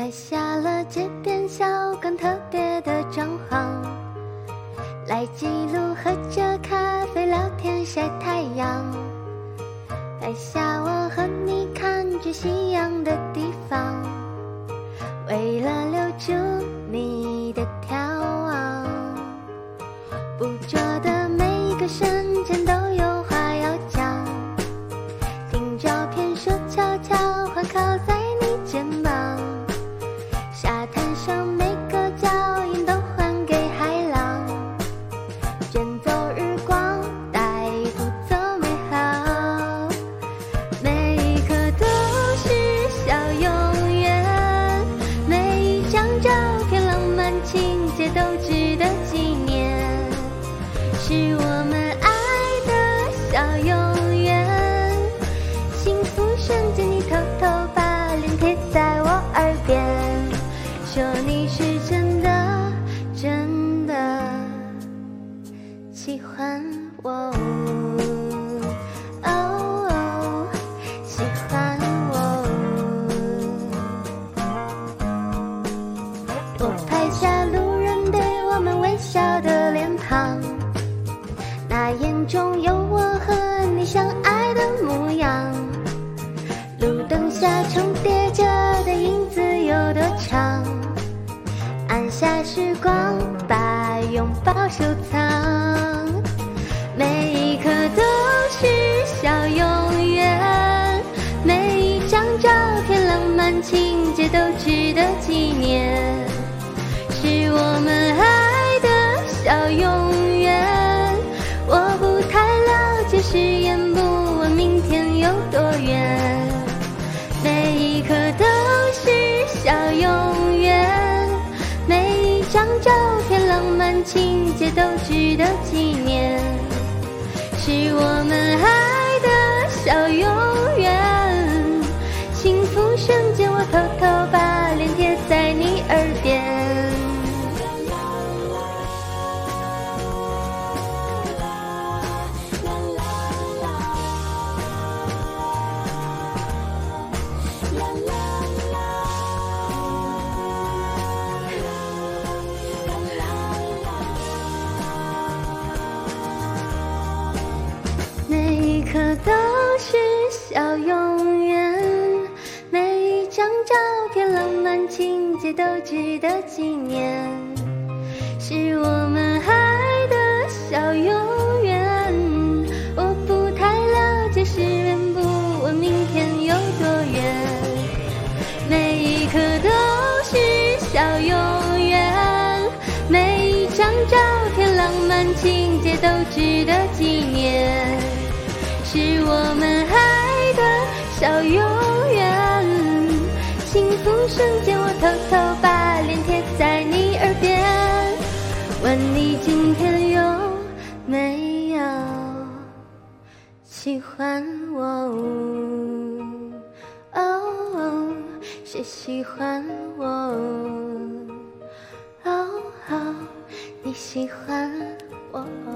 拍下了街边小馆特别的装潢，来记录喝着咖啡聊天晒太阳，拍下我和你看着夕阳的地方，为了留住你的眺望，捕捉的每一个瞬间都有话要讲，听照片说悄悄话靠在你肩膀，沙滩上每个脚印都还给海浪，卷走日光带不走美好，每一刻都是小永远，每一张照片浪漫情节都值得纪念，是我们爱的小永远，幸福瞬间你偷偷把脸贴在我耳边，说你是真的真的喜欢我，哦，喜欢我。我拍下路人对我们微笑的脸庞，那眼中有我和你相爱的模样，路灯下重叠着的影子有多长，按下时光把拥抱收藏，每一刻都是小永远，每一张照片浪漫情节都值得纪念，是我们爱的小永远，我不太了解誓言不问明天有多远，每一刻都是小永远，每一张照片浪漫情节都值得纪念，是我们爱的小永远，幸福瞬间我偷偷把脸贴在你耳边，每一刻都是小永远，每一张照片浪漫情节都值得纪念，是我们爱的小永远，我不太了解誓言不问明天有多远，每一刻都是小永远，每一张照片浪漫情节都值得纪念，是我们爱的小永远，幸福瞬间我偷偷把脸贴在你耳边，问你今天有没有喜欢我，哦，是喜欢我，哦，你喜欢我。